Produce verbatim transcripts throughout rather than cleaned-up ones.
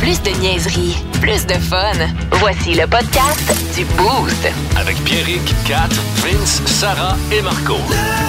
Plus de niaiserie, plus de fun. Voici le podcast du Boost. Avec Pierrick, Kat, Vince, Sarah et Marco.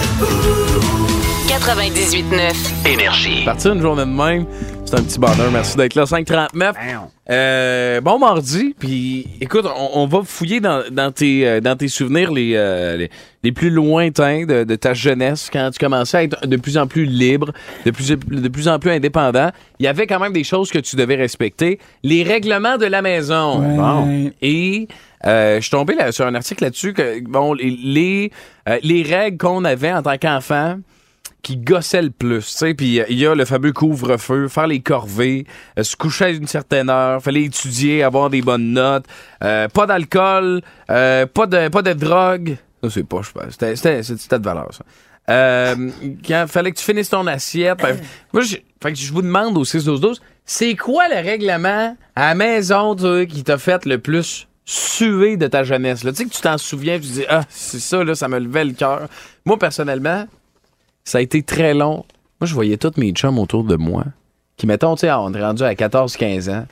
quatre-vingt-dix-huit neuf Énergie. Partir une journée de même, c'est un petit bonheur. Merci d'être là. cinq trente-neuf. Euh, bon mardi. Puis, écoute, on, on va fouiller dans, dans, tes, euh, dans tes souvenirs les, euh, les, les plus lointains de, de ta jeunesse, quand tu commençais à être de plus en plus libre, de plus, de plus en plus indépendant. Il y avait quand même des choses que tu devais respecter. Les règlements de la maison. Ouais. Bon. Et... Euh, je suis tombé là, sur un article là-dessus que bon les les, euh, les règles qu'on avait en tant qu'enfant qui gossaient le plus, tu sais, puis il y a le fameux couvre-feu, faire les corvées, euh, se coucher à une certaine heure, fallait étudier, avoir des bonnes notes, euh, pas d'alcool, euh, pas de pas de drogue, ça c'est pas, je pense, c'était c'était c'était de valeur ça. Euh, quand fallait que tu finisses ton assiette, ben, moi je, fait que je vous demande au six douze douze, c'est quoi le règlement à la maison toi, qui t'a fait le plus suer de ta jeunesse, là. Tu sais que tu t'en souviens, tu te dis, ah, c'est ça, là, ça me levait le cœur. Moi, personnellement, ça a été très long. Moi, je voyais tous mes chums autour de moi, qui, mettons, tu sais, on est rendu à quatorze quinze ans.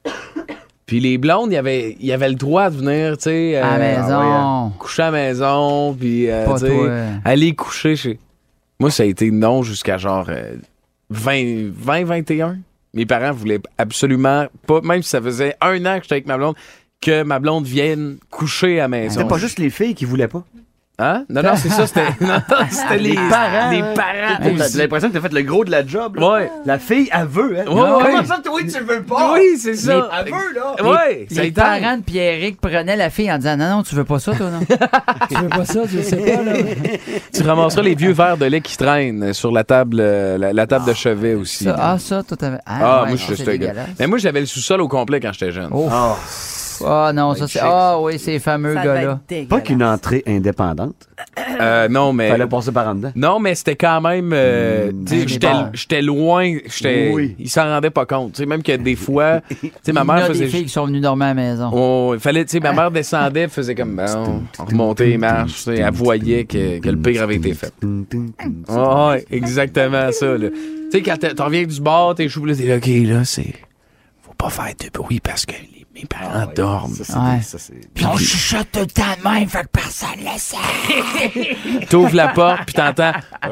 Puis les blondes, il y avait, y avait le droit de venir, tu sais, euh, à la maison. ouais, coucher à la maison, puis, euh, tu sais, aller coucher chez. Moi, ça a été non jusqu'à genre euh, vingt, vingt et un. Mes parents voulaient absolument pas, même si ça faisait un an que j'étais avec ma blonde, que ma blonde vienne coucher à la maison. C'était pas juste les filles qui voulaient pas. Hein? Non, non, c'est ça, c'était, non, c'était les, les parents. Les parents. T'as, t'as l'impression que t'as fait le gros de la job. Là. Ouais. La fille, elle veut, hein? Ouais, Comment ouais. ça, toi, tu veux pas? Oui, c'est ça. Elle veut, là. Ouais. Les, les parents de Pierrick prenaient la fille en disant, non, non, tu veux pas ça, toi, non? Tu veux pas ça, tu le sais pas, là. Tu ramasseras les vieux verres de lait qui traînent sur la table, la, la table de chevet aussi. Ça, ah, ça, toi, t'avais. Ah, Ah, ouais, moi, je suis gars. Mais moi, j'avais le sous-sol au complet quand j'étais jeune. Oh. Oh. Ah non, ça c'est... Ah oui, ces fameux Ça gars-là. Pas qu'une entrée indépendante. Euh, non, mais... Fallait passer par en dedans. Non, mais c'était quand même... Euh, mmh, tu sais, j'étais, j'étais loin. J'étais, oui. Ils s'en rendaient pas compte. Tu sais, même que des fois... Tu sais, ma mère faisait... Il y a des filles qui sont venues dormir à la maison. Oh, il fallait... Tu sais, ma mère descendait, faisait comme... Bon, on remontait les marches. Tu sais, elle voyait que, que le pire avait été fait. Oh, ouais, exactement ça, là. Tu sais, quand t'en reviens du bar, t'es chou, là, t'es là, OK, là, c'est... Faut pas faire de bruit parce que... Mes parents ah ouais, dorment. Ça, c'est ouais. ça, c'est... Puis on chuchote tout le temps de même, fait que personne le sait. T'ouvres la porte, puis t'entends...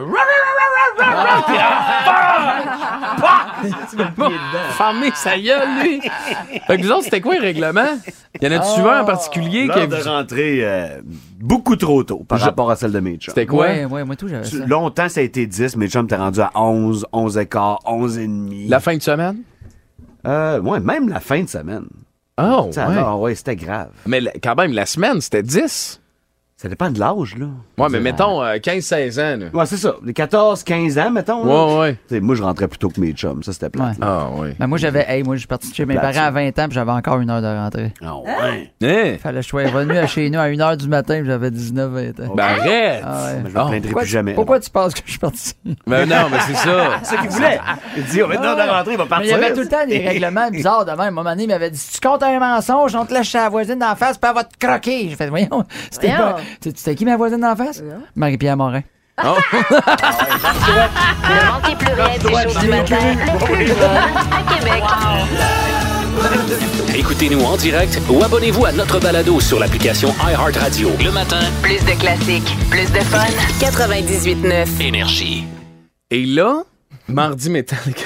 Fermez sa gueule, lui! Fait que vous autres, c'était quoi le règlement? Y en a-tu oh, souvent en particulier? L'heure de rentrer euh, beaucoup trop tôt par Je... rapport à celle de mes chums. C'était quoi? Ouais, ouais, moi tout, j'avais ça. Longtemps, ça a été dix. Mes chums, t'es rendu à onze, onze et quart, onze et demi. La fin de semaine? Euh, ouais, même la fin de semaine. Oh, ouais. Alors, ouais, c'était grave. Mais quand même, la semaine, c'était dix. Ça dépend de l'âge, là. Ouais, mais mettons euh, quinze seize ans, là. Ouais, c'est ça. Les quatorze quinze ans, mettons. Là. Ouais, ouais. T'sais, moi, je rentrais plus tôt que mes chums. Ça, c'était plate. Ouais. Ah, ouais. Ben, moi, j'avais. Hey, moi, je suis parti chez mes plate, parents à vingt ans, puis j'avais encore une heure de rentrée. Ah, ouais. Hein? Fallait que je sois revenu à chez nous à une heure du matin, puis j'avais dix-neuf vingt ans. Ben, arrête! Ah, ouais. Ben, je me plaindrai pourquoi plus tu, jamais. Pourquoi tu penses que je suis parti? Ben, non, mais c'est ça. C'est ce qu'il voulait. Il dit, on va une heure de rentrée, il va partir. Mais il y avait tout le temps des règlements bizarres de même. À un moment donné, il m'avait dit, si tu comptes un mensonge, on te lâche la voisine d'en face, puis elle va te croquer. J'ai fait, voyons, c'était pas. C'était qui ma voisine d'en face? Marie-Pierre Morin. Oh. Ne manquez plus rien du show du matin, le plus fun à Québec. Écoutez-nous en direct ou abonnez-vous à notre balado sur l'application iHeartRadio. Le matin, plus de classiques, plus de fun. quatre-vingt-dix-huit neuf Énergie. Et là, mardi métallique.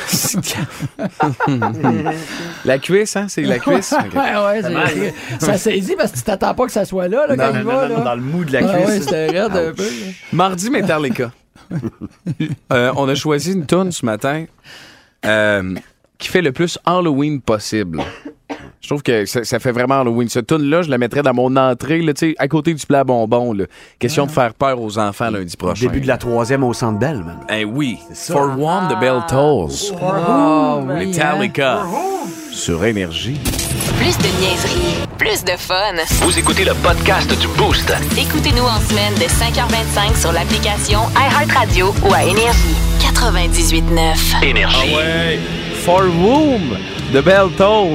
La cuisse, hein? C'est la cuisse? Okay. Ouais, ouais, c'est, ça saisit parce que tu t'attends pas que ça soit là, là non, quand non, il non, va. non, là. dans le mou de la cuisse. Ah, ouais, c'était raide un peu. Là. Mardi Metallica. euh, on a choisi une toune ce matin euh, qui fait le plus Halloween possible. Je trouve que ça, ça fait vraiment Halloween. Cette toune-là, je la mettrais dans mon entrée, là, à côté du plat bonbon. Là. Question ah. de faire peur aux enfants lundi prochain. Début de la troisième au Centre Bell, man. Eh oui. For Whom the Bell Tolls. Oh, oui, Metallica. Hein? Sur Énergie. Plus de niaiserie, plus de fun. Vous écoutez le podcast du Boost. Écoutez-nous en semaine de cinq heures vingt-cinq sur l'application iHeartRadio ou à Énergie. quatre-vingt-dix-huit neuf Énergie. Ah ouais. For Whom the Bell Tolls.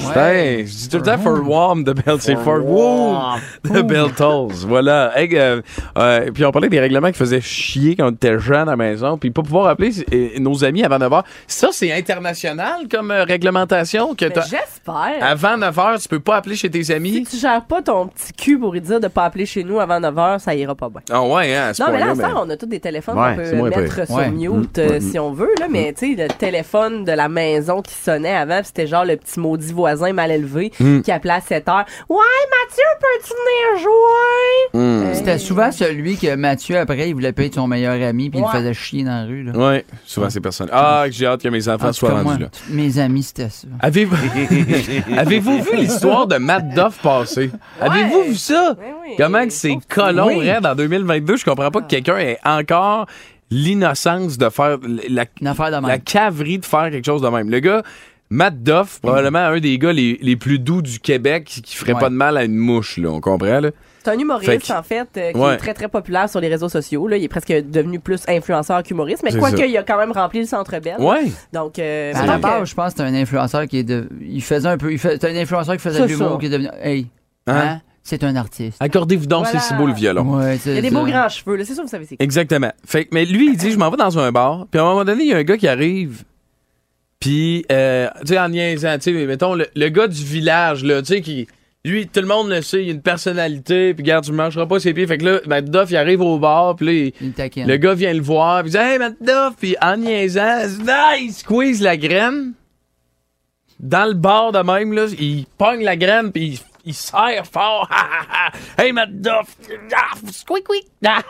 Ouais. Je dis tout le temps for warm de Bell. C'est for warm de Bell Tolls. Voilà. Hey, euh, euh, puis on parlait des règlements qui faisaient chier quand on était jeune à la maison. Puis pas pouvoir appeler euh, nos amis avant neuf heures. Ça, c'est international comme euh, réglementation. Que j'espère. Avant neuf heures, tu peux pas appeler chez tes amis. Si tu gères pas ton petit cul pour lui dire de pas appeler chez nous avant neuf heures, ça ira pas bien. Ah oh, ouais, hein, à ce non, mais là, mais... on a tous des téléphones ouais, qu'on peut mettre sur ouais. mute euh, mmh. si on veut. Là, mais tu sais, le téléphone de la maison qui sonnait avant, c'était genre le petit maudit voisin mal élevé mmh. qui appelait à sept heures. Ouais, Mathieu, peux-tu venir jouer? Mmh. Euh, C'était souvent celui que Mathieu, après, il voulait payer de son meilleur ami puis ouais. il le faisait chier dans la rue. Là. Ouais, souvent ces personnes. Ah, j'ai hâte que mes enfants ah, soient rendus moi, là. Mes amis, c'était ça. Avez-vous, Avez-vous vu l'histoire de Matt Duff passer? Ouais. Avez-vous vu ça? Oui, oui. Comment que c'est colon oui. raide en deux mille vingt-deux? Je comprends pas que quelqu'un ait encore l'innocence de faire la, de la caverie de faire quelque chose de même. Le gars, Matt Duff, probablement un des gars les, les plus doux du Québec qui ferait ouais. pas de mal à une mouche, là, on comprend, là? C'est un humoriste, fait en fait, euh, qui ouais. est très, très populaire sur les réseaux sociaux. Là. Il est presque devenu plus influenceur qu'humoriste, mais quoique il a quand même rempli le Centre Bell. Ouais. Donc, euh, à la base, je pense que c'est un influenceur qui est de... Il faisait un peu... Il fait... C'est un influenceur qui faisait de l'humour, qui est devenu... Hey, hein? hein? C'est un artiste. Accordez-vous donc, voilà. C'est si beau le violon. Ouais, il y a des beaux grands cheveux, là. C'est sûr que vous savez c'est quoi. Exactement. Fait, mais lui, il dit, je m'en vais dans un bar, puis à un moment donné, il y a un gars qui arrive, puis, euh, tu sais, en niaisant, tu sais, mettons, le, le gars du village, là, tu sais, qui... Lui, tout le monde le sait, il a une personnalité, puis regarde, tu ne mangeras pas ses pieds. Fait que là, Matt Duff, il arrive au bar, puis là, il, il le gars vient le voir, puis il dit « Hey, Matt Duff! » Puis en niaisant, il squeeze la graine. Dans le bar de même, là, il pogne la graine, puis il, il serre fort. « Hey, Matt Duff! Squeak, squeak! »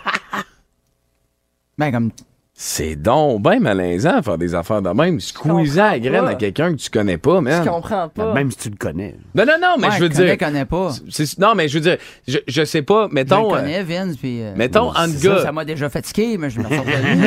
Ben, comme... C'est donc bien malaisant faire des affaires de même. Squeezer la graine à quelqu'un que tu connais pas, man. Je comprends pas. Même si tu le connais. Non, non, non, mais ouais, je veux connais, dire... connais pas. C'est, non, mais je veux dire, je, je sais pas, mettons... Je le connais, Vince, puis... Euh, mettons, en gars... Ça, ça m'a déjà fatigué, mais je me sors de lui.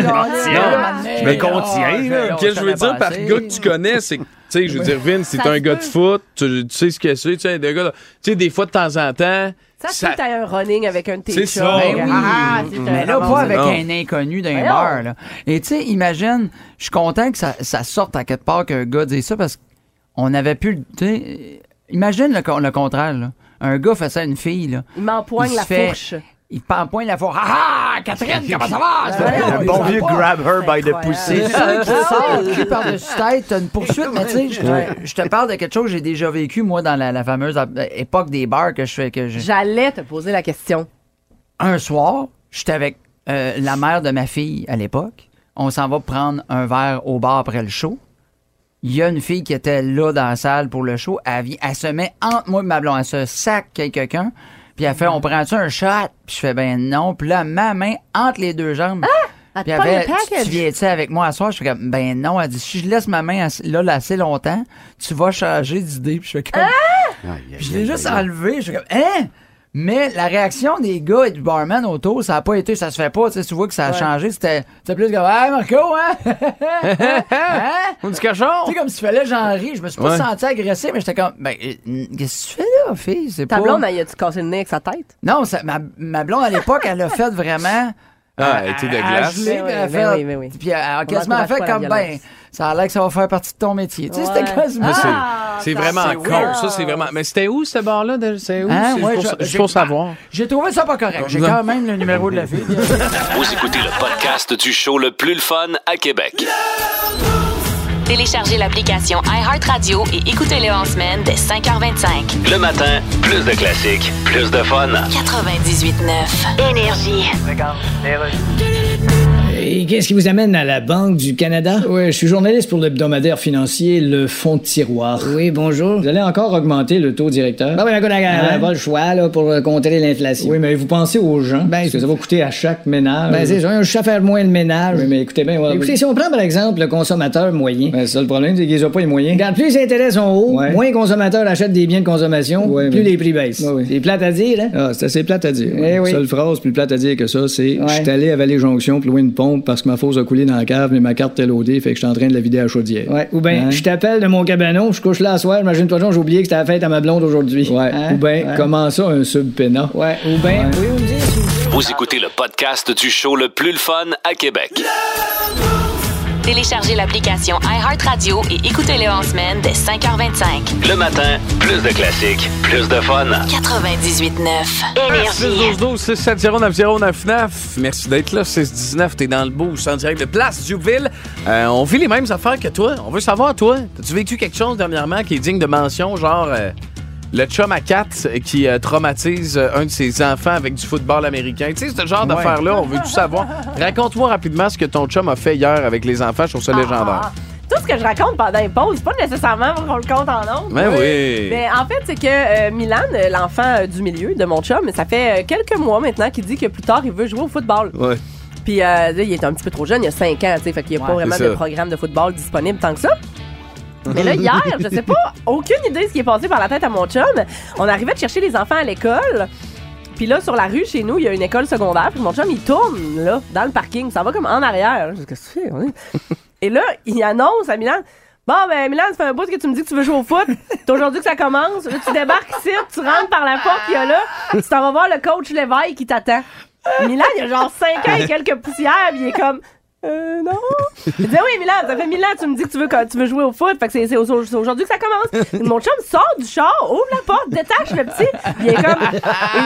Je me contiens, là. Qu'est-ce que je veux dire par gars que tu connais, c'est... Tu sais, je veux dire, Vince, c'est un gars de foot, tu, tu sais ce que c'est, tu sais, des gars, tu sais, des fois, de temps en temps... Ça, ça... tu as un running avec un t-shirt. C'est ça. Ben oui. Ah, c'est mais là, pas avec non. un inconnu d'un bar, là. Et tu sais, imagine, je suis content que ça, ça sorte à quelque part qu'un gars dise ça parce qu'on avait pu, tu sais, imagine le, le contraire, là. Un gars fait ça à une fille, là. Il m'empoigne la fait, fourche. Il m'empoigne la fourche. Ah ah, Catherine, comment ça va? Un bon vieux grab her by the pussy. C'est ça qui sort le cul par-dessus tête. T'as une poursuite, mais tu sais, je, je te parle de quelque chose que j'ai déjà vécu, moi, dans la, la fameuse époque des bars que je fais. que je... J'allais te poser la question. Un soir, j'étais avec euh, la mère de ma fille à l'époque. On s'en va prendre un verre au bar après le show. Il y a une fille qui était là dans la salle pour le show. Elle, vient, elle se met entre moi et ma blonde. Elle se sac quelqu'un. Puis elle fait, on prend-tu un shot? Puis je fais, ben non. Puis là, ma main entre les deux jambes. Ah! Puis elle fait, tu, tu viens-tu avec moi à soir? Je fais comme, ben non. Elle dit, si je laisse ma main là, là assez longtemps, tu vas changer d'idée. Puis je fais comme... Ah! Puis je l'ai juste enlevé. Je fais comme, hein? Mais la réaction des gars et du barman autour, ça a pas été, ça se fait pas, tu sais, tu vois que ça a ouais. changé, c'était, c'était plus comme, hey Marco, hein? hein? On dit cochon? Tu sais, comme si fallait j'en ris, je me suis pas ouais. senti agressé, mais j'étais comme, ben, qu'est-ce que tu fais là, fille? C'est Ta pas... blonde, elle a-tu cassé le nez avec sa tête? Non, ça, ma, ma blonde, à l'époque, elle a fait vraiment... Ah, elle était de glace. Gelé, oui, elle fait, oui, oui, oui. Puis elle a quasiment fait comme, ben, ça a l'air que ça va faire partie de ton métier. Tu sais, c'était quasiment... Ah, c'est, c'est vraiment con, ça, c'est vraiment... Mais c'était où, ce bar-là? C'est où? Hein, c'est ouais, juste, je, pour, pour savoir. J'ai trouvé ça pas correct. J'ai quand même le numéro de la fille. Vous écoutez le podcast du show le plus le fun à Québec. Téléchargez l'application iHeartRadio et écoutez-le en semaine dès cinq heures vingt-cinq. Le matin, plus de classiques, plus de fun. quatre-vingt-dix-huit neuf Énergie. Et qu'est-ce qui vous amène à la Banque du Canada? Oui, je suis journaliste pour l'hebdomadaire financier Le Fonds de tiroir. Oui, bonjour. Vous allez encore augmenter le taux directeur? Ben oui, mais on n'a pas le choix là, pour contrer l'inflation. Oui, mais vous pensez aux gens? Ben, parce que ça va coûter à chaque ménage. Ben, c'est ça, un chat faire moins le ménage. Oui, mais écoutez bien, voilà. Écoutez, si on prend par exemple le consommateur moyen. Ben, c'est ça le problème, c'est qu'ils n'ont pas les moyens. Regarde, plus les intérêts sont hauts, ouais. moins les consommateurs achètent des biens de consommation, ouais, plus mais... les prix baissent. Ouais, ouais. C'est plate à dire, hein? Ah, c'est assez plate à dire. Eh oui. Seule phrase plus plate à dire que ça, c'est ouais. Je suis allé à Vallée-Jonction pour louer une pompe parce que ma fosse a coulé dans la cave, mais ma carte était loadée, fait que je suis en train de la vider à la chaudière. Ouais. Ou bien, hein? Je t'appelle de mon cabanon, je couche là à soir, imagine-toi, j'ai oublié que c'était la fête à ma blonde aujourd'hui. Ouais. Hein? Ou bien, ouais. Comment ça, un sub-pénat? Ouais. Ou bien, ouais. Oui, vous me dites. Vous écoutez le podcast du show le plus le fun à Québec. Téléchargez l'application iHeartRadio et écoutez-le en semaine dès cinq heures vingt-cinq. Le matin, plus de classiques, plus de fun. quatre-vingt-dix-huit neuf. Énergie. six douze six sept zéro neuf zéro neuf neuf. Merci d'être là. six dix-neuf, t'es dans le boost en direct de Place Duville. Euh, on vit les mêmes affaires que toi. On veut savoir, toi, as-tu vécu quelque chose dernièrement qui est digne de mention, genre euh, le chum à quatre qui euh, traumatise euh, un de ses enfants avec du football américain? Tu sais, ce genre ouais. d'affaires-là, on veut tout savoir. Raconte-moi rapidement ce que ton chum a fait hier avec les enfants. Je trouve ça légendaire. Ah. Tout ce que je raconte pendant les pauses, c'est pas nécessairement pour qu'on le compte en ondes. Ben oui. Mais en fait, c'est que euh, Milan, l'enfant euh, du milieu de mon chum, ça fait euh, quelques mois maintenant qu'il dit que plus tard, il veut jouer au football. Ouais. Puis euh, il est un petit peu trop jeune, il a cinq ans, tu sais, fait qu'il n'y a ouais, pas vraiment de programme de football disponible tant que ça. Mais là, hier, je sais pas, aucune idée de ce qui est passé par la tête à mon chum. On arrivait de chercher les enfants à l'école. Puis là, sur la rue, chez nous, il y a une école secondaire. Puis mon chum, il tourne, là, dans le parking. Ça va comme en arrière. Qu'est-ce que tu fais? Et là, il annonce à Milan, « Bon, ben, Milan, ça fait un bout que tu me dis que tu veux jouer au foot. C'est aujourd'hui que ça commence. Là, tu débarques ici, tu rentres par la porte qu'il y a là. Tu t'en vas voir le coach Léveille qui t'attend. » Milan, il a genre cinq ans et quelques poussières. Puis il est comme... Euh, non. Il dit, oui, Milan, ça fait mille ans que tu me dis que tu veux, que tu veux jouer au foot. Fait que c'est, c'est aujourd'hui que ça commence. Mon chum sort du char, ouvre la porte, détache le petit. Il est comme. Il,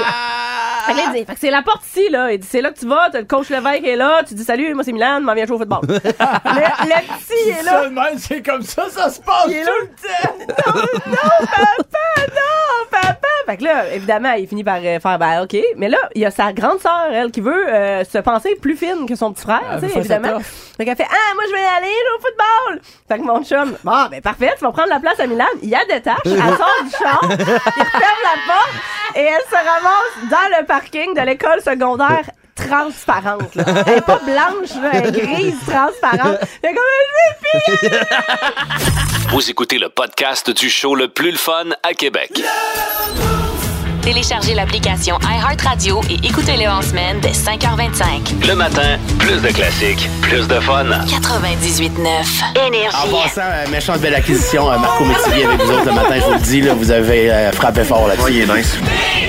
fait que il dit, fait que c'est la porte ici, là. Il dit, c'est là que tu vas, t'as le coach Lévesque qui est là. Tu dis, salut, moi c'est Milan, m'en viens jouer au football. le, le petit il est là. Seulement, c'est comme ça, ça se passe. Il est là. Non, non, papa, non, papa. Fait que là, évidemment, il finit par euh, faire, ben, OK. Mais là, il y a sa grande sœur, elle, qui veut euh, se penser plus fine que son petit frère, ah, tu sais, évidemment. Fait qu'elle fait, ah, moi, je vais aller jouer au football. Fait que mon chum, bon, ben, parfait, tu vas prendre la place à Milan. Il y a des tâches, elle sort du char, il referme la porte et elle se ramasse dans le parking de l'école secondaire transparente, là. Elle est pas blanche, là, elle est grise, transparente. Elle est comme, je vais pied. Vous écoutez le podcast du show le plus le fun à Québec. Téléchargez l'application iHeartRadio et écoutez-le en semaine dès cinq heures vingt-cinq. Le matin, plus de classiques, plus de fun. quatre-vingt-dix-huit neuf. Énergie. En passant, euh, méchante belle acquisition, euh, Marco Métivier avec vous autres le matin, je vous le dis, là, vous avez euh, frappé fort là-dessus. Oui, il est nice.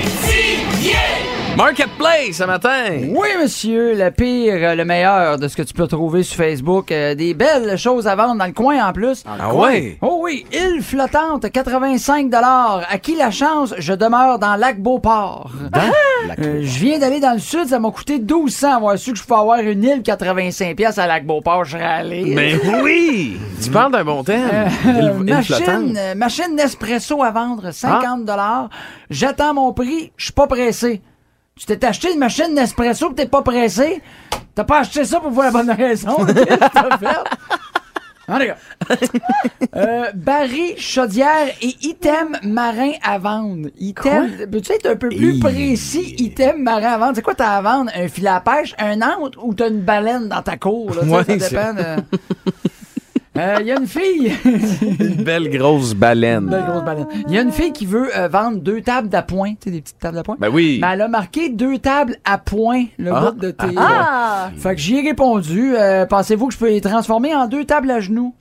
Marketplace ce matin. Oui, monsieur, le pire, le meilleur de ce que tu peux trouver sur Facebook. Euh, des belles choses à vendre dans le coin en plus. Ah ouais? Oh oui, île flottante, quatre-vingt-cinq dollars. À qui la chance? Je demeure dans Lac-Beauport. Euh, je viens d'aller dans le sud, ça m'a coûté douze cents avoir su que je pouvais avoir une île quatre-vingt-cinq pièces à Lac-Beauport. Je serais allé. Mais oui! Tu parles d'un bon temps. Euh, île, île machine, euh, machine Nespresso à vendre, cinquante dollars. Ah. J'attends mon prix, je suis pas pressé. Tu t'es acheté une machine Nespresso que t'es pas pressé? T'as pas acheté ça pour voir la bonne raison? Qu'est-ce que t'as fait? Ah, les gars. Euh, baril, chaudière et item marin à vendre. Item, peux-tu être un peu plus précis? Item marin à vendre. C'est quoi t'as à vendre? Un filet à pêche, un antre ou t'as une baleine dans ta cour? Là, ouais, ça dépend de... Il euh, y a une fille. Une belle grosse baleine. Belle grosse baleine. Il y a une fille qui veut euh, vendre deux tables d'appoint. Tu sais, des petites tables d'appoint. Ben oui. Mais elle a marqué deux tables à point, le ah. bout de tes. Ah. Euh, fait que j'y ai répondu. Euh, pensez-vous que je peux les transformer en deux tables à genoux?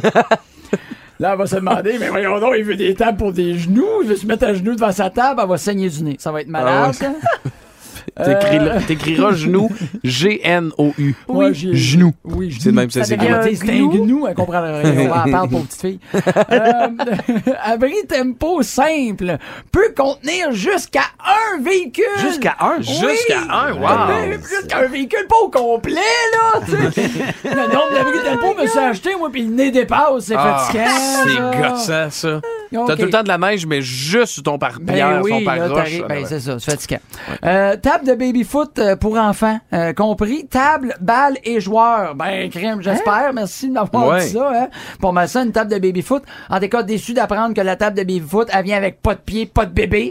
Là, elle va se demander, mais voyons donc, il veut des tables pour des genoux. Il veut se mettre à genoux devant sa table. Elle va saigner du nez. Ça va être malade, ah, ça. Euh... T'écriras genou, G N O U. Oui, genou. Oui, genou. C'est le même, ça, ça c'est un C'est un genou, elle comprend rien. On va en parler pour petite fille. euh, abri tempo simple peut contenir jusqu'à un véhicule. Jusqu'à un? Oui. Jusqu'à un, wow. Jusqu'à un véhicule, pas au complet, là. Le nombre d'abris tempo me suis acheté, moi, puis le nez dépasse, c'est ah, fatigant. C'est gossant, ça. Okay. T'as tout le temps de la neige, mais juste sur ton pare-pierre, ben oui, son pare-roche. Ben ouais. C'est ça, c'est fatigant. Ouais. Euh, table de baby-foot euh, pour enfants, euh, compris. Table, balle et joueurs. Ben, crème, j'espère. Hein? Merci de m'avoir ouais. dit ça. Hein? Pour ma ça, une table de baby-foot. En tout cas, déçu d'apprendre que la table de baby-foot, elle vient avec pas de pied, pas de bébé.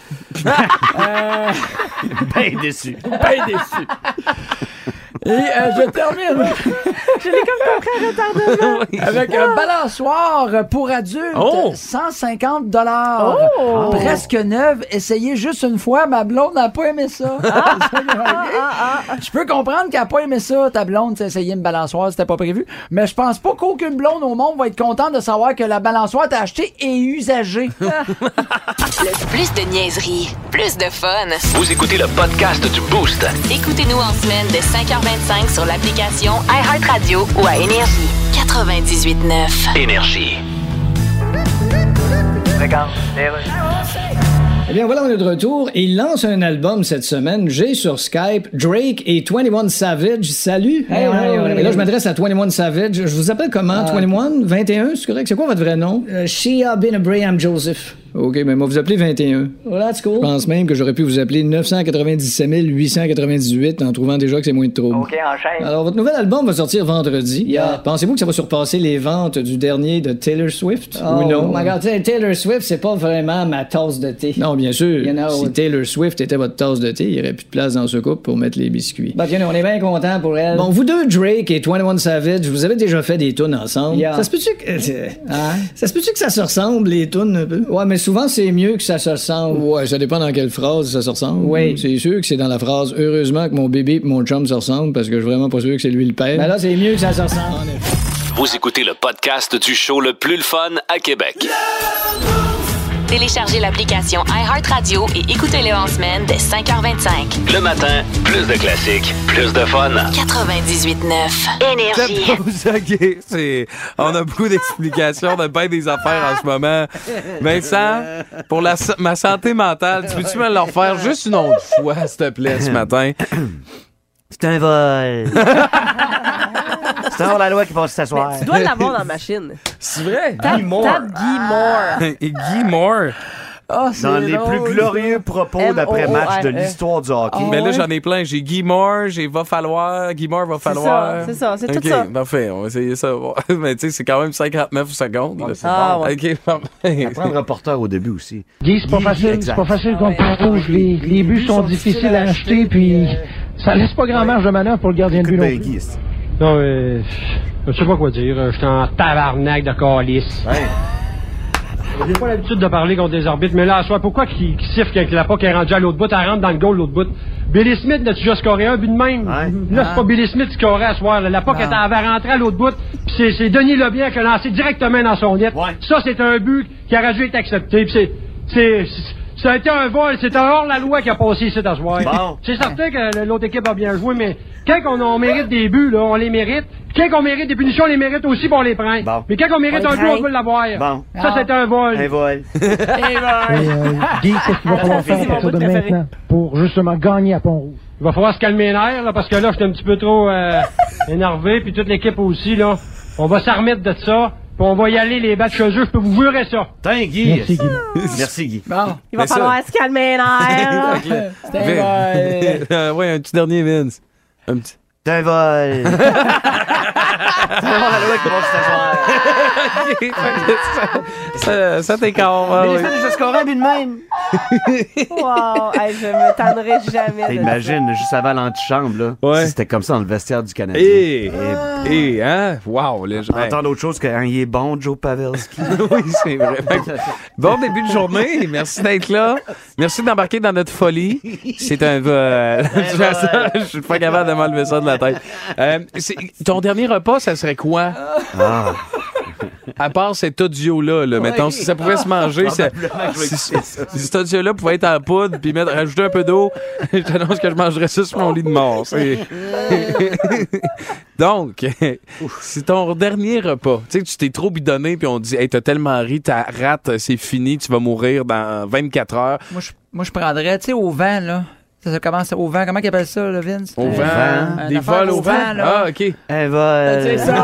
euh... Ben déçu. Ben déçu. Et euh, je termine. Je l'ai comme compris à retardement. Avec un balançoire pour adultes, oh. cent cinquante dollars. Oh. Presque neuve. Essayez juste une fois. Ma blonde n'a pas aimé ça. Ah. ah, ah, ah. Je peux comprendre qu'elle n'a pas aimé ça. Ta blonde, essayer une balançoire, c'était pas prévu. Mais je pense pas qu'aucune blonde au monde va être contente de savoir que la balançoire t'as achetée est usagée. Le plus de niaiserie, plus de fun. Vous écoutez le podcast du Boost. Écoutez-nous en semaine de cinq heures vingt vingt-cinq sur l'application iHeartRadio ou à Énergie. quatre-vingt-dix-huit neuf. Énergie. Regarde, Eh bien, voilà, on est de retour. Il lance un album cette semaine. J'ai sur Skype Drake et vingt et un Savage. Salut! Hey, hey, hey, hey, Et là, je m'adresse à vingt et un Savage. Je vous appelle comment? Uh, vingt et un? vingt et un, c'est correct? C'est quoi votre vrai nom? Uh, Shia bin Abraham Joseph. OK, mais moi, vous appelez vingt et un. Well, that's cool. Je pense même que j'aurais pu vous appeler neuf cent quatre-vingt-dix-sept huit cent quatre-vingt-dix-huit en trouvant déjà que c'est moins de trouble. OK, enchaîne. Alors, votre nouvel album va sortir vendredi. Yeah. Pensez-vous que ça va surpasser les ventes du dernier de Taylor Swift? Oh, ou non? my God, tu sais, Taylor Swift, c'est pas vraiment ma tasse de thé. Non, bien sûr. You know, si Taylor Swift était votre tasse de thé, il n'y aurait plus de place dans ce couple pour mettre les biscuits. Bah, you know, on est bien contents pour elle. Bon, vous deux, Drake et vingt et un Savage, vous avez déjà fait des tunes ensemble. Yeah. Ça se peut-tu que... Hein? Ça se peut-tu que ça se ressemble, les tunes, un peu? Ouais, mais souvent, c'est mieux que ça se ressemble. Ouais, ça dépend dans quelle phrase ça se ressemble. Oui. C'est sûr que c'est dans la phrase « Heureusement que mon bébé et mon chum se ressemblent parce que je suis vraiment pas sûr que c'est lui le père. » Mais là, c'est mieux que ça se ressemble. En effet. Vous écoutez le podcast du show le plus le fun à Québec. Téléchargez l'application iHeartRadio et écoutez-le en semaine dès cinq heures vingt-cinq. Le matin, plus de classiques, plus de fun. quatre-vingt-dix-huit neuf. Énergie. OK, c'est... On a beaucoup d'explications, on a bien des affaires en ce moment. Vincent, pour la, ma santé mentale, tu peux-tu me le refaire juste une autre fois, s'il te plaît, ce matin? C'est un vol. C'est un hors-la-loi qui passe s'asseoir. Tu dois l'avoir dans la machine. C'est vrai? Tape, Moore. tape Guy Moore. Et Guy Moore. Oh, c'est Dans les drôle, plus glorieux propos M O O R E. d'après-match de l'histoire du hockey. Ah Mais là, ouais? j'en ai plein. J'ai Guy Moore, j'ai Va falloir, Guy Moore, Va C'est falloir. ça, c'est ça, c'est tout OK, ça. parfait, on va essayer ça. Bon. Mais tu sais, c'est quand même cinquante-neuf secondes. là. Ah, ouais. OK, parfait. Prendre le reporter au début aussi. Guy, c'est pas Guy, facile, exact. c'est pas facile contre le rouge. Les, les buts sont difficiles à acheter, puis ça laisse pas grand marge de manœuvre pour le gardien de but Écoute non bien, plus. Guy, c'est- Non, euh, je sais pas quoi dire. J'étais en tabarnak de calice. Ouais. J'ai pas l'habitude de parler contre des arbitres, mais là, à soir, pourquoi qu'il qu'il siffle quand la puck est rendue à l'autre bout, elle rentre dans le goal l'autre bout? Billy Smith n'a-tu déjà scoré un but de même? Ouais. Là, c'est pas Billy Smith qui scorait à soir. Là. La puck était avait rentré à l'autre bout, pis c'est, c'est Denis Lebière qui a lancé directement dans son net. Ouais. Ça, c'est un but qui aurait dû être accepté. Pis c'est, c'est, c'est- ça a été un vol, c'est un hors-la-loi qui a passé ici à soir. Bon. C'est certain que l'autre équipe a bien joué, mais quand on, on mérite des buts, là, on les mérite. Quand on mérite des punitions, on les mérite aussi, pour on les prend. Bon. Mais quand on mérite On un les but, prend. on peut l'avoir. Bon. Ça, c'est un vol. Un vol. Et, euh, Guy, qu'est-ce qu'il va falloir faire à C'est mon partir bout de préféré. maintenant pour justement gagner à Pont-Rouge? Il va falloir se calmer les nerfs, là, parce que là, j'étais un petit peu trop euh, énervé, puis toute l'équipe aussi, là. On va s'en remettre de ça, puis on va y aller les battre chez eux, je peux vous jurer ça. Tiens, Guy. Merci, Guy. Merci, Guy. Bon. Il va Mais ça- falloir se calmer les nerfs. C'était un vol. Euh, ouais, un petit dernier, Vince. Un petit. C'est un vol. C'est un hors-la-loi qui passe s'asseoir. ça, ça t'écarte. Mais ah les oui. fait déjà scorer un but de même. Wow, hey, je me tannerai jamais de ça. T'imagines, juste avant l'antichambre, là. Ouais. Si c'était comme ça dans le vestiaire du Canadien. Et, Et- et, hein? Wow. Les gens. Entendre autre chose qu'un il est bon, Joe Pavelski. Oui, c'est vrai. Fait que, bon début de journée. Merci d'être là. Merci d'embarquer dans notre folie. C'est un vol. Tu vois ça? Je suis pas capable de m'enlever ça de la tête. Euh, c'est- ton dernier repas, ça serait quoi? Ah. À part cet audio-là, là, mettons, si ça pouvait se manger, ça- Probablement que je vais si, écouter ça. si cet audio-là pouvait être en poudre puis mettre, rajouter un peu d'eau, je t'annonce que je mangerais ça sur mon lit de mort. C'est- Donc, c'est ton dernier repas. Tu sais, tu t'es trop bidonné puis on dit, hey, t'as tellement ri, ta rate, c'est fini, tu vas mourir dans vingt-quatre heures. Moi, je, moi, je prendrais, tu sais, au vent, là. Ça, ça commence au vent. Comment ils appellent ça, là, Vince? Au Euh, vent, une des affaire vols au vent. là. Ah, OK. Un vol. C'est ça.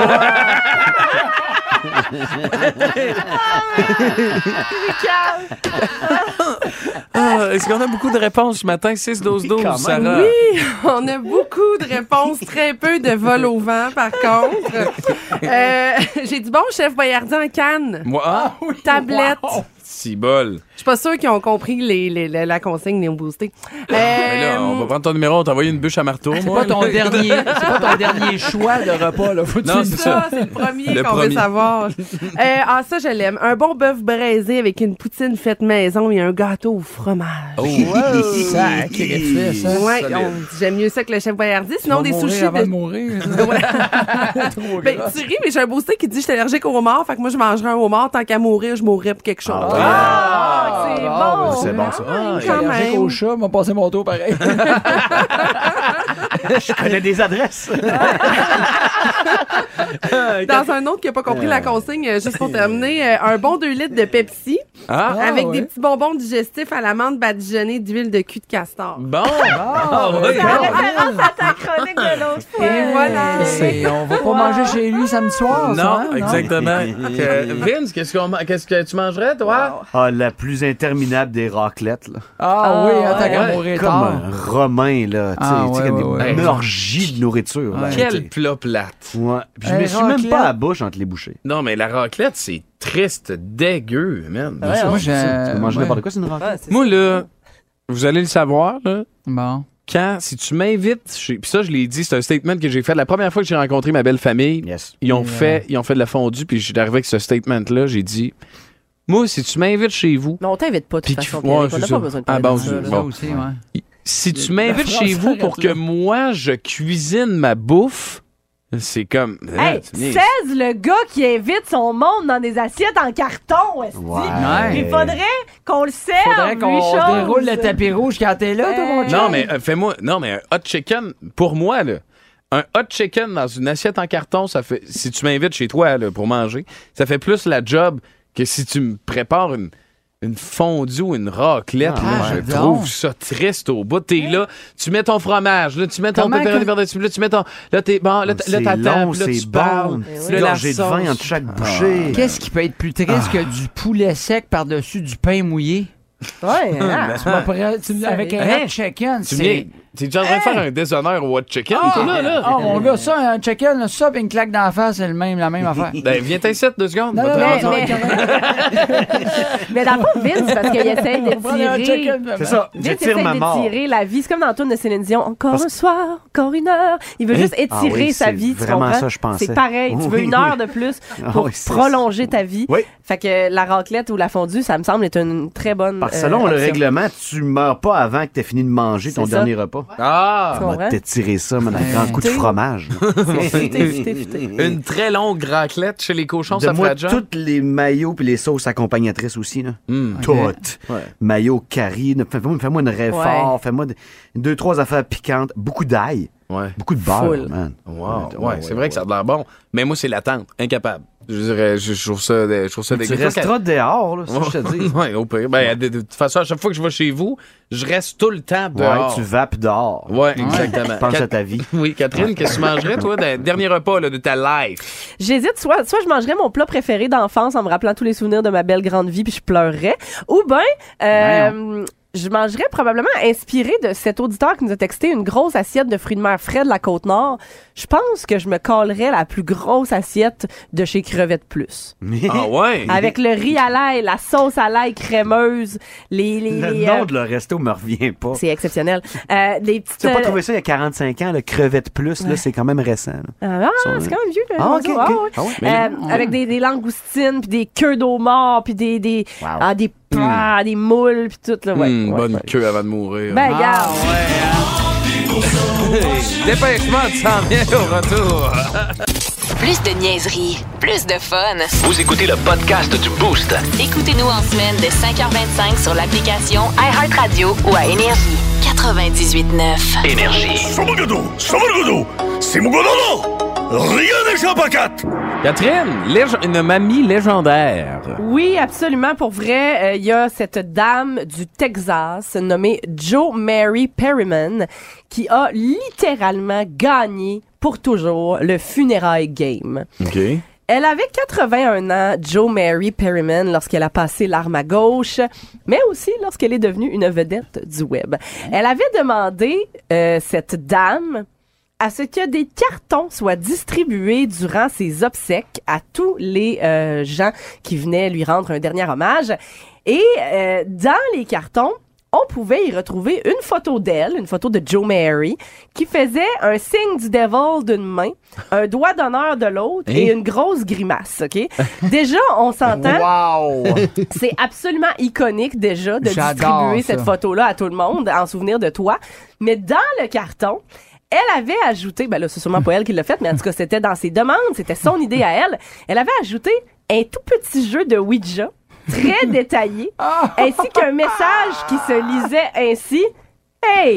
Ah, est-ce qu'on a beaucoup de réponses ce matin? six douze douze, quand Sarah. même. Oui, on a beaucoup de réponses, très peu de vol au vent, par contre. Euh, j'ai du bon chef Boyardie en canne. Moi, ah, Tablette. si bol. Je suis pas sûre qu'ils ont compris les, les, les- la consigne Néo Boosté. Mais là, on va prendre ton numéro, on t'a envoyé une bûche à marteau. C'est moi, pas ton là. dernier, c'est pas ton dernier choix de repas, là. Faut que Non, tu c'est le ça. Ça, c'est le premier Le qu'on veut premier. savoir. Euh, ah, ça, je l'aime. Un bon bœuf braisé avec une poutine faite maison et un gâteau au fromage. Oh, Sac, qu'est-ce que tu fais, ça? Ouais, solide. on- j'aime mieux ça que le chef Boyardie. Sinon, des sushis avant de... de mourir. Ben, tu ris, mais j'ai un boosté qui dit que je suis allergique au homard. Fait que moi, je mangerais un homard. Tant qu'à mourir, je mourrais pour quelque chose. Ah, c'est Ah, bon. C'est bon, ça. Ah, Je suis quand allergique même. au chat, m'a passé mon tour pareil. Je connais des adresses. Dans un autre qui n'a pas compris la consigne, euh, juste pour terminer, euh, un bon deux litres de Pepsi Ah, avec ouais. des petits bonbons digestifs à l'amande badigeonnée d'huile de cul de castor. bon. Ah, oui. C'est en référence à ta chronique de l'autre fois. Et voilà. C'est- on va pas manger chez lui samedi soir, ça, Non, hein, exactement. Que- Vince, qu'est-ce, qu'on, ma- qu'est-ce que tu mangerais, toi? Ah, la plus interminable des raclettes, là. Ah oui, attends ouais. qu'à mourir Comme tard. un romain, là. Tu sais, Ah, tu sais, ouais, comme ouais, des ouais. une orgie de nourriture. là. Quel Tu sais. plat plate. Ouais. Puis je Un me suis même raclette. pas à la bouche entre les bouchées. Non, mais la raclette, c'est triste, dégueu, man. Ouais, moi, j'ai- Tu peux manger ouais. n'importe quoi, c'est une raclette. Ouais, c'est Moi, là, vous allez le savoir, là, Bon. quand, si tu m'invites, chez- puis ça, je l'ai dit, c'est un statement que j'ai fait la première fois que j'ai rencontré ma belle famille. Yes. Ils ont Et, fait, ils ont fait de la fondue, puis je suis arrivé avec ce statement-là, j'ai dit, moi, si tu m'invites chez vous, Mais on t'invite pas de toute Puis façon, tu- Pierre. ouais, On c'est n'a ça. pas besoin de Ah, parler bon, de ça. je- là. Ça bon. aussi, ouais. si tu La m'invites France chez vous s'arrête pour là. que moi, je cuisine ma bouffe, c'est comme... Hey, Ah, tu niaises. seize, le gars qui invite son monde dans des assiettes en carton, est-ce Ouais. Il faudrait qu'on le serve, Faudrait qu'on lui, chose. déroule le tapis rouge quand t'es là, toi, mon Euh, chum. Non, mais euh, fais-moi... Non, mais un hot chicken, pour moi, là, un hot chicken dans une assiette en carton, ça fait... Si tu m'invites chez toi là, pour manger, ça fait plus la job que si tu me prépares une... Une fondue ou une raclette, Ah, là, je ouais, trouve donc. ça triste au bout. T'es là, tu mets ton fromage, là, tu mets ton Comment pépéroni que- par-dessus, là, tu mets ton... Là, t'es bon, là, t- là, C'est t'attends, long, puis là, c'est tu parles. bon. Là, Une la gorgée de vin sauce. entre chaque bouchée. Qu'est-ce qui peut être plus triste que du poulet sec par-dessus du pain mouillé? Ouais, hein. Tu m'as prêt- tu me- avec un Hein? hot chicken, Tu c'est... viens... T'es-tu en train de faire un déshonneur au hot chicken, toi, là, là? Oh, mon gars, ça, un chicken, là, ça, puis une claque d'en face, c'est le même, la même affaire. Ben, viens t'inciter deux secondes. Non, va non, te non, rendre ça va compte. être correct. Mais dans le fond, Vince, c'est parce qu'il essaie On va prendre un d'étirer. chicken, C'est ça, Vince j'étire essaie ma mort. d'étirer la vie. C'est comme dans le tour de Céline Dion. Encore Parce- un soir, encore une heure. Il veut Hein? juste étirer Ah oui, sa c'est vie, tu vraiment comprends? ça, je pensais. C'est pareil. Tu veux Oui, une oui. heure de plus Ah pour oui, c'est prolonger ta vie. Oui. Fait que la raclette ou la fondue, ça me semble être une très bonne Parce que euh, selon le option. règlement, tu meurs pas avant que tu aies fini de manger ton C'est ça. dernier repas. Ah! Tu On va comprends? t'étirer ça, man, avec un coup de Futé. fromage. là. C'est futé, futé, futé. Une très longue raclette chez les cochons, De ça moi, ferait déjà? toutes les maillots puis les sauces accompagnatrices aussi. Là. Hmm. Toutes. Ouais. Maillot, curry. ne- Fais-moi fais-moi une raie Ouais. fort. Fais-moi de- deux, trois affaires piquantes. Beaucoup d'ail. Ouais. Beaucoup de beurre, Full. man. Wow. Ouais, c'est vrai que ça a l'air bon. Mais moi, c'est l'attente. Incapable. Je dirais, je, je trouve ça, je trouve ça Tu dégueu. resteras dehors, là, ça, je te dis. Ouais, au pire. Ben, de, de toute façon, à chaque fois que je vais chez vous, je reste tout le temps dehors. Ouais, tu vapes dehors. Ouais, exactement. Pense Cat- à ta vie. Oui, Catherine, qu'est-ce que tu mangerais, toi, d'un dernier repas là, de ta life? J'hésite, soit, soit je mangerais mon plat préféré d'enfance en me rappelant tous les souvenirs de ma belle grande vie puis je pleurerais, ou bien euh, je mangerais probablement inspiré de cet auditeur qui nous a texté une grosse assiette de fruits de mer frais de la Côte-Nord. Je pense que je me collerais la plus grosse assiette de chez Crevettes Plus. Ah ouais? Avec le riz à l'ail, la sauce à l'ail crémeuse, les... les, Le les, nom euh, de le resto me revient pas. c'est exceptionnel. Euh, des petites... Tu n'as pas euh, trouvé ça il y a quarante-cinq ans, le crevette plus, là, c'est quand même récent. là. Ah, Sur- c'est quand même vieux. le Ah, oiseau. ok, Ah, ok. ouais. Ah ouais. Euh, avec des, des langoustines, puis des queues d'eau mort, puis des, des, Wow. ah, des, ah, des moules, puis tout. Là, ouais, Hmm, ouais, bonne ouais. queue avant de mourir. Ben, regarde. Dépêchement, tu s'en viens au retour. Plus de niaiserie, plus de fun. Vous écoutez le podcast du Boost. Écoutez-nous en semaine de cinq heures vingt-cinq sur l'application iHeartRadio ou à Énergie. quatre-vingt-dix-huit neuf. Énergie. Catherine, lég- une mamie légendaire. Oui, absolument. Pour vrai, euh, il y a cette dame du Texas nommée Jo Mary Perryman qui a littéralement gagné pour toujours le funérailles game. OK. Elle avait quatre-vingt-un ans, Jo Mary Perryman, lorsqu'elle a passé l'arme à gauche, mais aussi lorsqu'elle est devenue une vedette du web. Elle avait demandé, euh, cette dame, à ce que des cartons soient distribués durant ses obsèques à tous les euh, gens qui venaient lui rendre un dernier hommage. Et euh, dans les cartons, on pouvait y retrouver une photo d'elle, une photo de Jo Mary, qui faisait un signe du devil d'une main, un doigt d'honneur de l'autre et une grosse grimace, OK? Déjà, on s'entend. Wow! C'est absolument iconique déjà de J'adore distribuer ça. cette photo-là à tout le monde en souvenir de toi. Mais dans le carton, elle avait ajouté, ben là, c'est sûrement pas elle qui l'a fait, mais en tout cas, c'était dans ses demandes, c'était son idée à elle. Elle avait ajouté un tout petit jeu de Ouija, très détaillé, ainsi qu'un message qui se lisait ainsi. Hey!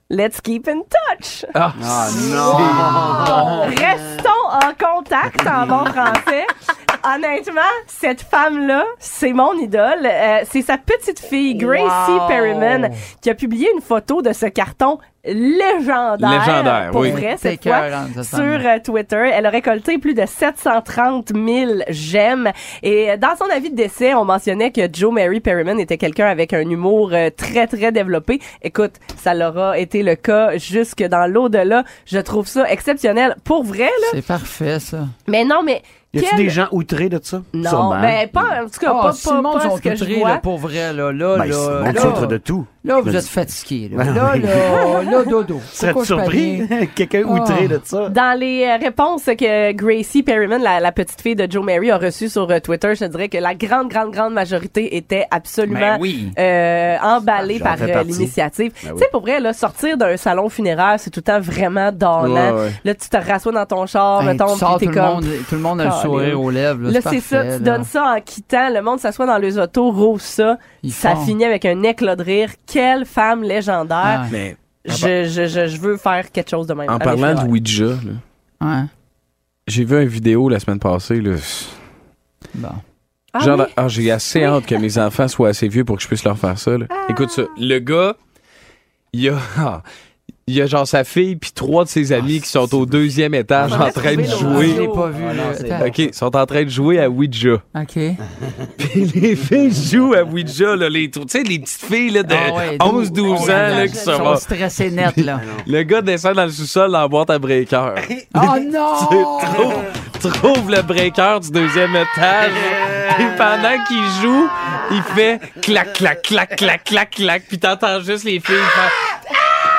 Let's keep in touch. Ah, Ah non! Restons en contact en bon français. Honnêtement, cette femme-là, c'est mon idole. Euh, c'est sa petite fille, Gracie Wow. Perryman, qui a publié une photo de ce carton légendaire. Légendaire, pour oui. vrai, C'est cette fois, écœurant, ça, ça sur me- euh, Twitter. Elle a récolté plus de sept cent trente mille j'aime. Et euh, dans son avis de décès, on mentionnait que Jo Mary Perryman était quelqu'un avec un humour euh, très, très développé. Écoute, ça l'aura été le cas jusque dans l'au-delà. Je trouve ça exceptionnel. Pour vrai, là. C'est parfait, ça. Mais non, mais... Y a-tu quel- des gens outrés de ça? Non, Sûrement. ben pas, en tout cas, Ah, pas, si pas, le monde pas sont ce que je outrés, vois. là, pour vrai, là, là, Ben, là, c'est là, bon, outre de tout. là, vous Je me êtes dis- fatigué, là. Ben non. Là, là, là, dodo. Serais-tu Pourquoi je surpris? panique? Quelqu'un Ah. outré de ça? Dans les euh, réponses que Gracie Perryman, la, la petite fille de Jo Mary, a reçues sur euh, Twitter, je te dirais que la grande, grande, grande majorité était absolument Ben oui. euh, emballée J'en par fais euh, partie. l'initiative. Ben oui. Tu sais, pour vrai, là, sortir d'un salon funéraire, c'est tout le temps vraiment donnant. Ouais, ouais. Là, tu te rassois dans ton char, Hey, mettons, tu sors, puis tout t'es le, comme... monde, tout le monde a le Ah, sourire aux lèvres. Là, Là, c'est c'est ça, parfait, tu là. donnes ça en quittant, le monde s'assoit dans les autos, rose ça, Ils ça font. finit avec un éclat de rire. Quelle femme légendaire. Ah. Mais Je, je, je, je veux faire quelque chose de même. en à mes parlant de funérailles. Ouija, là, Ouais. j'ai vu une vidéo la semaine passée. Là. Bon. Ah Genre, oui? ah, j'ai assez hâte que mes enfants soient assez vieux pour que je puisse leur faire ça. Là. Écoute ça. Le gars, il y a, ah, il y a genre sa fille puis trois de ses amis qui sont au deuxième étage Ah, en train de trouver Je jouer. l'ai pas vu, Ah, là. non, c'est Attends. OK, ils sont en train de jouer à Ouija. OK. Puis les filles jouent à Ouija, là, les, tu sais, les petites filles là, de Ah ouais, onze douze ans là, qui Ils sont... sont stressés net, là. Le gars descend dans le sous-sol dans la boîte à breaker. Oh non! trouve, trouve le breaker du deuxième étage. Et pendant qu'il joue, il fait clac, clac, clac, clac, clac, clac. Puis t'entends juste les filles faire...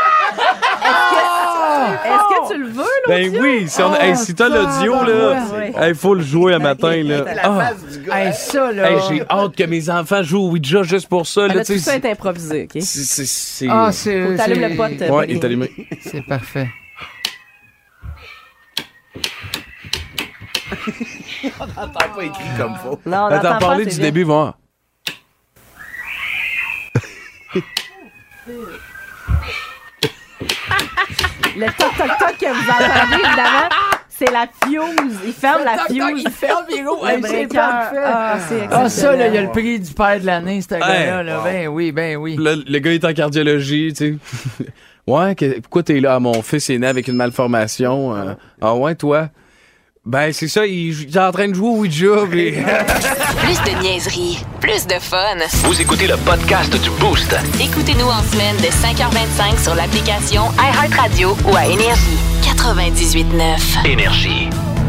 Est-ce que tu le veux, là? Ben oui, si, on, hey, si t'as l'audio, tabarouette. là, il faut le jouer un matin, là. Ah, Hey, ça, là. hey, j'ai hâte que mes enfants jouent au Ouija juste pour ça, là, Là, tu tout sais. ça est improvisé, OK? c'est- c'est- c'est- Ah, c'est. Faut t'allumer c'est- le pote. Ouais, il est allumé. C'est parfait. pas écrit comme faut. Non, on Attends, n'entend pas, parler c'est du bien. début, voir. Le toc-toc-toc que vous entendez, évidemment, c'est la fuse. Il ferme la fuse. Il ferme, Véro. Le breaker. Ah, c'est Ah, ça, là, il y a le exceptionnel. prix du père de l'année, ce gars-là. Là. Ben oui, ben oui. Là, le gars est en cardiologie, tu sais. Ouais, que- pourquoi t'es là? Ah, mon fils est né avec une malformation. Euh, ah ouais, toi? Ben, c'est ça, il, il est en train de jouer au Ouija, mais... Plus de niaiserie, plus de fun. Vous écoutez le podcast du Boost. Écoutez-nous en semaine de cinq heures vingt-cinq sur l'application iHeartRadio ou à Énergie. quatre-vingt-dix-huit neuf. Énergie.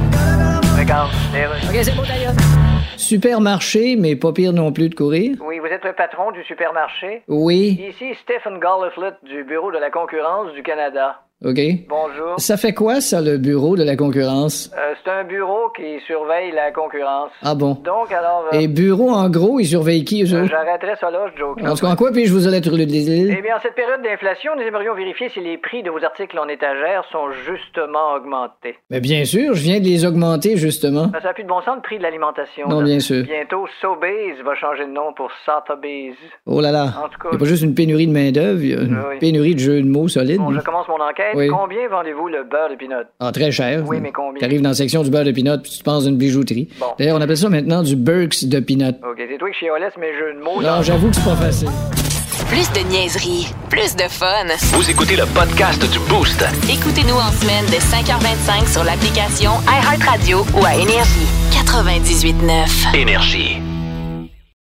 Supermarché, mais pas pire non plus de courir. Oui, vous êtes le patron du supermarché? Oui, Ici Stephen Garliflet du Bureau de la concurrence du Canada. OK. Bonjour. Ça fait quoi, ça, le bureau de la concurrence? Euh, c'est un bureau qui surveille la concurrence. Ah bon? Donc, alors, euh, Et bureau, en gros, ils surveillent qui, eux euh, autres? j'arrêterai ça là, je joke. En tout cas, en quoi puis-je vous allez trouver des Eh îles? bien, en cette période d'inflation, nous aimerions vérifier si les prix de vos articles en étagère sont justement augmentés. Mais bien sûr, je viens de les augmenter, justement. Ça n'a plus de bon sens le prix de l'alimentation. Non, là. bien sûr. Bientôt, Sobeys va changer de nom pour Sotheby's. Oh là là. En tout cas, Il n'y a pas juste une pénurie de main-d'œuvre, il y a une Ah oui. pénurie de jeux de mots solides. bon, je commence mon enquête. Oui. Combien vendez-vous le beurre de pinot? Ah, très cher. Oui, mais combien? Tu arrives dans la section du beurre de pinot puis tu te penses d'une bijouterie. Bon. D'ailleurs, on appelle ça maintenant du Burks de pinot. OK, c'est toi qui chiolais mes jeux de mots. Non, j'avoue que c'est pas facile. Plus de niaiserie, plus de fun. Vous écoutez le podcast du Boost. Écoutez-nous en semaine de cinq heures vingt-cinq sur l'application iHeartRadio ou à Énergie. quatre-vingt-dix-huit neuf. Énergie.